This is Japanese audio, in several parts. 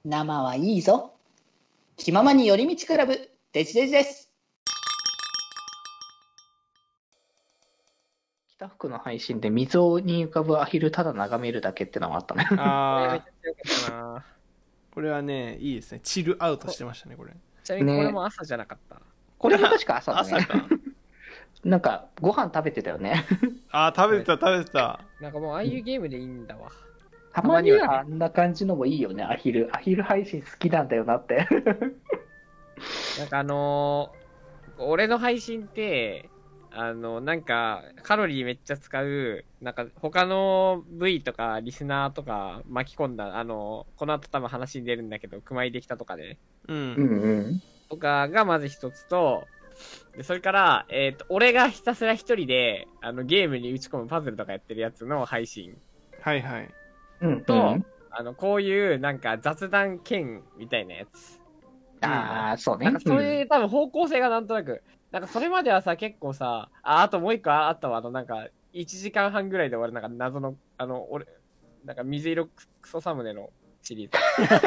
生はいいぞ。気ままに寄り道クラブデジデジです。北福の配信で水に浮かぶアヒルただ眺めるだけってのがあったね。 これめちゃあくちゃ良かったな。 ー、これはね、いいですね。チルアウトしてましたね、これ。 ちなみにこれね、 も朝じゃなかった。 これも確か朝だね。 朝か。 なんかご飯食べてたよね。 あー、食べてた、食べてた。 なんかもうああいうゲームでいいんだわ。 たまにはあね。 んな感じのもいいよね、アヒル。アヒル配信好きなんだよなって。 なんか俺の配信って、なんか、カロリーめっちゃ使う、なんか、他の V とかリスナーとか巻き込んだ、この後多分話に出るんだけど、熊井できたとかで、 うん。 うんとかがまず一つと、で、それから、俺がひたすら一人で、ゲームに打ち込むパズルとかやってるやつの配信はいはい。 うんと、こういう、なんか雑談兼みたいなやつ。 ああ、そうね。 なんかそういう多分方向性がなんとなく、なんかそれまではさ、結構さ、あともう一個あったわ、なんか、1時間半ぐらいで終わる、なんか謎の、俺、なんか水色クソサムネのシリー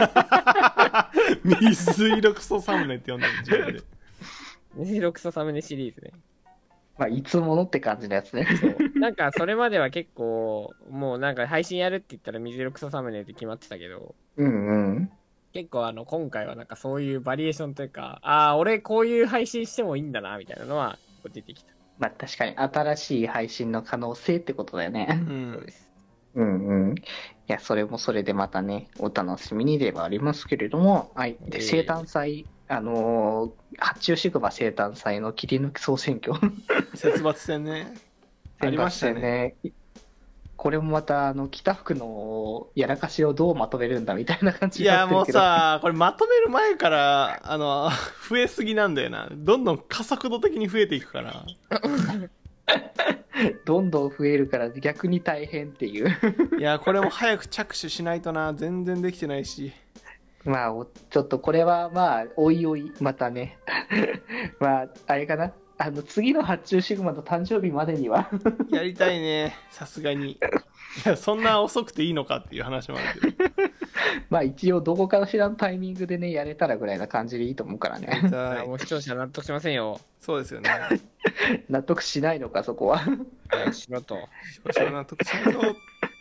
ズ。 水色クソサムネって呼んでる自分で。 水色クソサムネシリーズね。 まあ、いつものって感じのやつね。 そう。なんかそれまでは結構、もうなんか配信やるって言ったら水色クソサムネって決まってたけど、 うんうん。 結構今回はなんかそういうバリエーションというか、俺こういう配信してもいいんだな、みたいなのは出てきた。 まあ確かに新しい配信の可能性ってことだよね。 そうでうん。 す。 うんうん。いや、それもそれでまたね、お楽しみにではありますけれども、はい。で、生誕祭、発注シグマ生誕祭の切り抜き総選挙。 節抜戦ね。ありましたね。 これもまた、北福のやらかしをどうまとめるんだみたいな感じいや、もうになってるけど。 さ、これまとめる前から、増えすぎなんだよな。どんどん加速度的に増えていくから。 どんどん増えるから逆に大変っていう。 いや、これも早く着手しないとな。全然できてないし。 まあ、ちょっとこれはまあ、おいおい、またね。まあ、あれかな。次の発注シグマの誕生日までにはやりたいね。さすがに。いや、そんな遅くていいのかっていう話もあるけど。 まあ一応どこかしらのタイミングでね、やれたらぐらいな感じでいいと思うからね。 もう視聴者納得しませんよ。 そうですよね。 納得しないのか、そこは。 しろと。 少々納得しないと。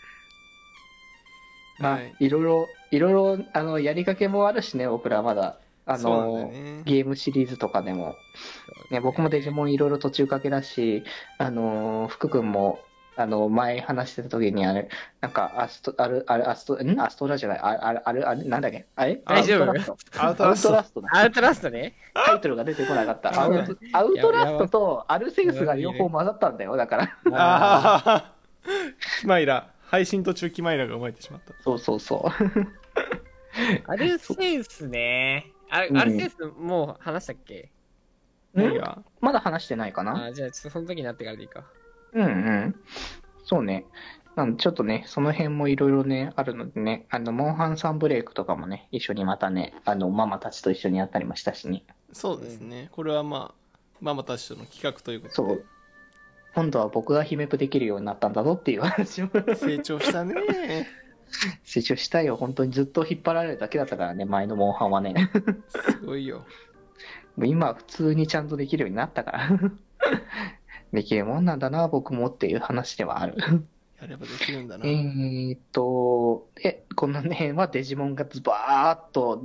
まあ、 はい。 いろいろ、やりかけもあるしね、僕らまだ。 そうなんだよね。 ゲームシリーズとかでも。ね、僕もデジモンいろいろ途中かけだし、福君も、前話してた時になんか、アストラじゃない、なんだっけ大丈夫アウトラスト。 ラストだ。 アウトラストね。 タイトルが出てこなかった。アウトラストとアルセウスが両方混ざったんだよ、だから。 ああ、キマイラ。配信途中キマイラが生まれてしまった。 そうそうそう。 アルセウスね。アルセウスもう話したっけ？ 何が？ まだ話してないかな。 じゃあちょっとその時になってからでいいか。 うんうん。そうね。ちょっとね、その辺もいろいろね、あるのでね、モンハンサンブレイクとかもね、一緒にまたね、ママたちと一緒にやったりもしたしね。 そうですね。これはまあ、ママたちとの企画ということで。 そう。今度は僕が姫プできるようになったんだぞっていう話を。 成長したね。 成長したよ。本当にずっと引っ張られるだけだったからね、前のモンハンはね。 すごいよ。 今は普通にちゃんとできるようになったから。できるもんなんだな、僕もっていう話ではある。 やればできるんだな。 この辺はデジモンがズバーっと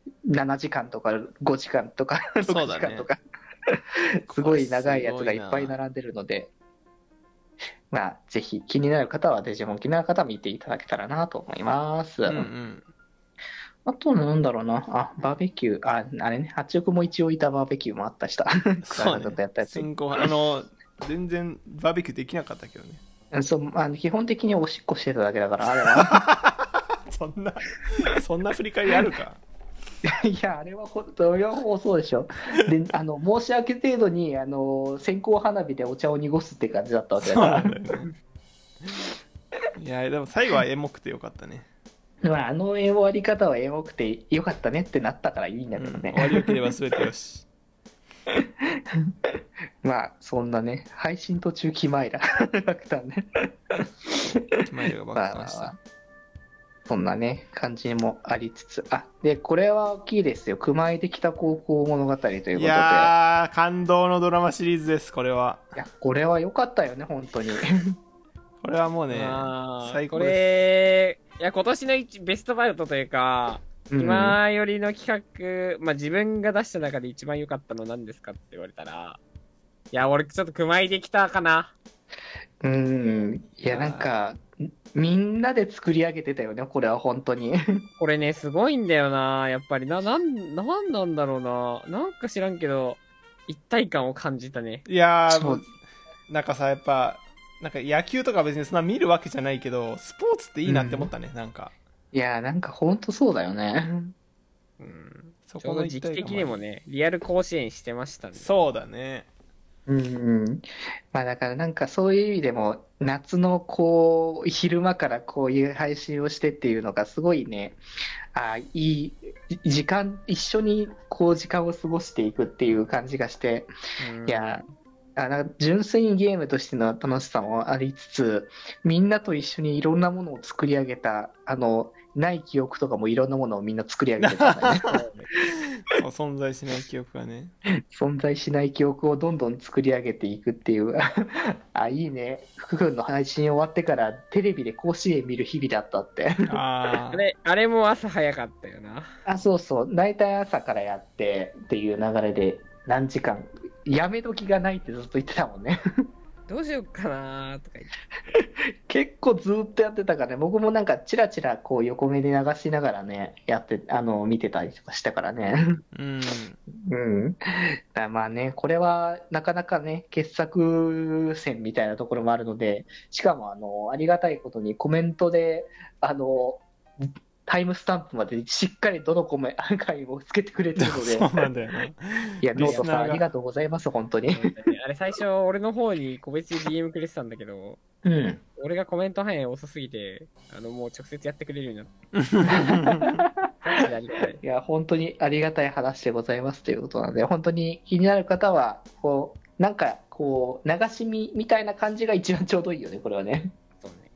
7時間とか5時間とか6 そうだね時間とか、すごい長いやつがいっぱい並んでるので、まあ、ぜひ気になる方は、デジモン気になる方は見ていただけたらなと思います。 うんうん。 あと、なんだろうな。バーベキュー。あれね。八億も一応いたバーベキューもあったした。 そうずっとやったやつ。 先行全然バーベキューできなかったけどね。 そう、基本的におしっこしてただけだから、あれは。 そんな振り返りあるか。 いや、あれはそれはそうでしょ。で、申し訳程度に、線香花火でお茶を濁すって感じだったわけだから。 そうなんだよね。いや、でも最後はエモくてよかったね。 まあ、終わり方はエモくてよかったねってなったからいいんだけどね。 終わりよければ全てよし。 まあ、そんなね、配信途中キマイラが来たんで。 キマイラが爆誕した。 そんなね、感じもありつつ、で、これは大きいですよ。熊井できた高校物語ということで。 いやー、感動のドラマシリーズです、これは。 いや、これは良かったよね、本当に。 これはもうね、最高こです。 れ、いや、今年のベストバウトというか、 うん今よりの企画、まあ、自分が出した中で一番良かったの何ですかって言われたら、いや、俺ちょっと熊井できたかな。 いや、なんか、みんなで作り上げてたよね、これは本当に。 これね、すごいんだよな。やっぱりなんなんだろうな。なんか知らんけど、一体感を感じたね。 いやー、 そうなんかさ、やっぱ、なんか野球とか別にそんな見るわけじゃないけど、スポーツっていいなって思ったね、なんか。 いや、なんか本当そうだよね。 うん。 そちょうど時期的にもね、リアル甲子園してましたね。 そうだね。 まあだからなんかそういう意味でも夏のこう昼間からこういう配信をしてっていうのがすごいね、いい時間、一緒にこう時間を過ごしていくっていう感じがして、いや、なんか純粋にゲームとしての楽しさもありつつ、みんなと一緒にいろんなものを作り上げた、ない記憶とかもいろんなものをみんな作り上げてたんだね。 そう存在しない記憶がね。 存在しない記憶をどんどん作り上げていくっていういいね。福君の配信終わってからテレビで甲子園見る日々だったってあれも朝早かったよな。 そうそう。大体朝からやってっていう流れで何時間、やめ時がないってずっと言ってたもんね。 どうしよっかなーとか言って。 結構ずっとやってたからね、僕もなんかチラチラこう横目で流しながらね、見てたりとかしたからね。まあね、これはなかなかね、傑作選みたいなところもあるので、しかもありがたいことにコメントで、あの、タイムスタンプまでしっかりどの回もつけてくれてるので、 そうなんだよね。 いや、ノートさんありがとうございます、本当に。 あれ最初俺の方に個別に DM くれてたんだけど、俺がコメント反映遅すぎて、もう直接やってくれるようになった。 いや、本当にありがたい話でございますということなので、本当に気になる方は、なんか、流し見みたいな感じが一番ちょうどいいよね、これはね。 そうね。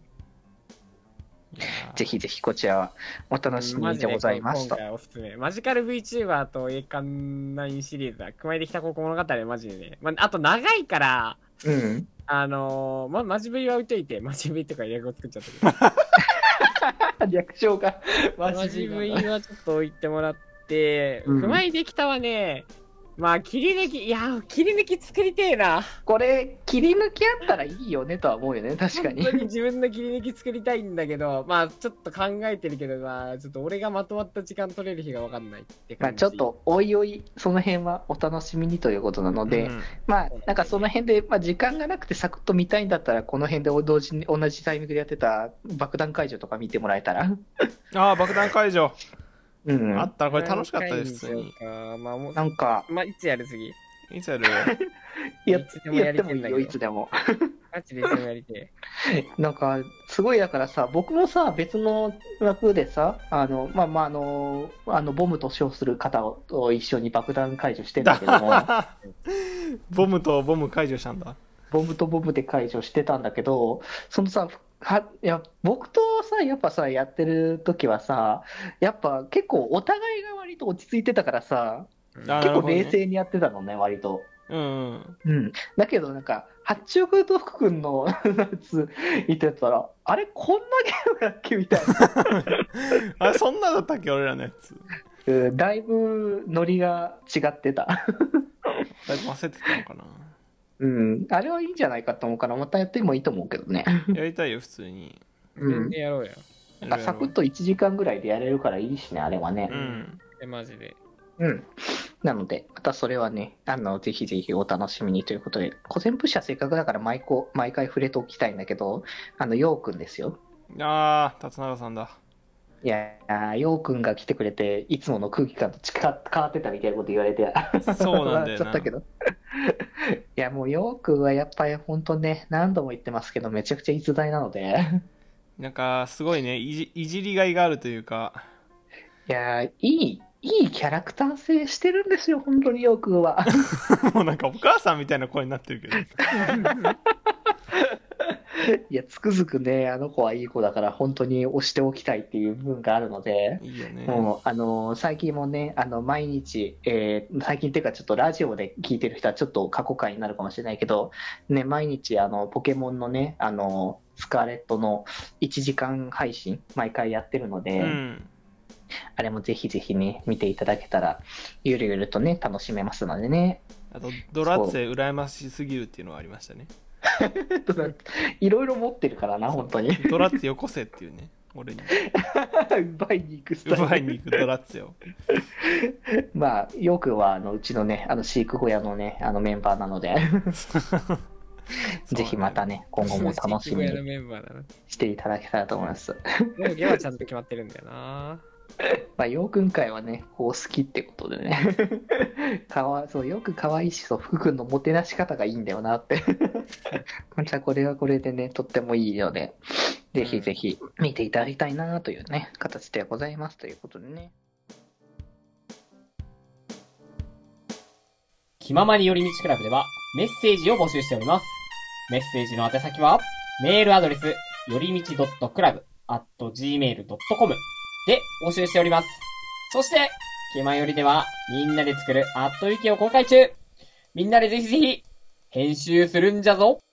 ぜひぜひこちらはお楽しみでございますと。 今回おすすめ。マジカル VTuber と栄冠9シリーズは、加えてきた高校物語はマジでね。あと長いから、マジ V は置いといて、マジ V とか略語作っちゃったけど。 略称がマジ V はちょっと置いてもらって、加えてきたはね、まあ、切り抜き作りてえな。 これ、切り抜きあったらいいよねとは思うよね、確かに。 本当に自分の切り抜き作りたいんだけど、まあ、ちょっと考えてるけど、まあ、ちょっと俺がまとまった時間取れる日がわかんないって感じ。 まあ、ちょっと、おいおい、その辺はお楽しみにということなので、まあ、なんかその辺で、時間がなくてサクッと見たいんだったら、この辺で同じタイミングでやってた爆弾解除とか見てもらえたら。 爆弾解除。あったらこれ楽しかったです、普通に。 なんか、 いつやる次いつやるやってもいいよ、いつでも。 ガチでいつでもやりてなんか、すごいだからさ、僕もさ、別の枠でさ、ボムと称する方と一緒に爆弾解除してんだけども、 ボムとボム解除したんだ。 ボムとボムで解除してたんだけど、そのさ、僕とさ、やっぱさ、やってる時はさ、やっぱ結構お互いが割と落ち着いてたからさ、結構冷静にやってたのね、割と。だけどなんか、八丁君と福君のやつ言ってたら、あれこんなゲームだっけみたいな。 あれそんなだったっけ俺らのやつ。だいぶノリが違ってた。 だいぶ忘れてたのかな。 あれはいいんじゃないかと思うから、またやってもいいと思うけどね。 やりたいよ、普通に。 全然やろうよ。 サクッと1時間ぐらいでやれるからいいしね、あれはね。 マジで。 なので、またそれはね、ぜひぜひお楽しみにということで、コゼンプッシュはせっかくだから毎回触れておきたいんだけど、ヨウくんですよ。 辰永さんだ。 いやヨウくんが来てくれて、いつもの空気感と変わってたみたいなこと言われて、 そうなんだよな。 笑っちゃったけど。いや、もうヨウくんはやっぱり本当ね、何度も言ってますけど、めちゃくちゃ逸材なので。 なんか、すごいね、いじりがいがあるというか。 いや、いいキャラクター性してるんですよ、本当にヨウくんは。 もうなんかお母さんみたいな声になってるけど。 いや、つくづくね、あの子はいい子だから本当に推しておきたいっていう部分があるので、 いいよね。 もう、最近もね、毎日、最近っていうかちょっとラジオで聞いてる人はちょっと過去回になるかもしれないけど、ね、毎日ポケモンのね、スカーレットの1時間配信、毎回やってるので、あれもぜひぜひね、見ていただけたら、ゆるゆるとね、楽しめますのでね。 あと、ドラッツェ羨ましすぎるっていうのはありましたね。 いろいろ持ってるからな、本当に。 ドラッツェよこせっていうね、俺に。 奪いに行くスタイル。 奪いに行くドラッツェを。 まあ、よくは、うちのね、飼育小屋のね、メンバーなので、ぜひまたね、今後も楽しみにしていただけたらと思います。 上下はちゃんと決まってるんだよな。 まあ、ようくん会はね、こう好きってことでね。そう、よく可愛いし、そう、福くんのもてなし方がいいんだよなって。またこれはこれでね、とってもいいので、ぜひぜひ見ていただきたいなというね、形でございますということでね。 気ままに寄り道クラブではメッセージを募集しております。メッセージの宛先は、メールアドレス、よりみち .club@gmail.com で募集しております。そして、気まよりでは、みんなで作るウィキを公開中。みんなでぜひぜひ、編集するんじゃぞ。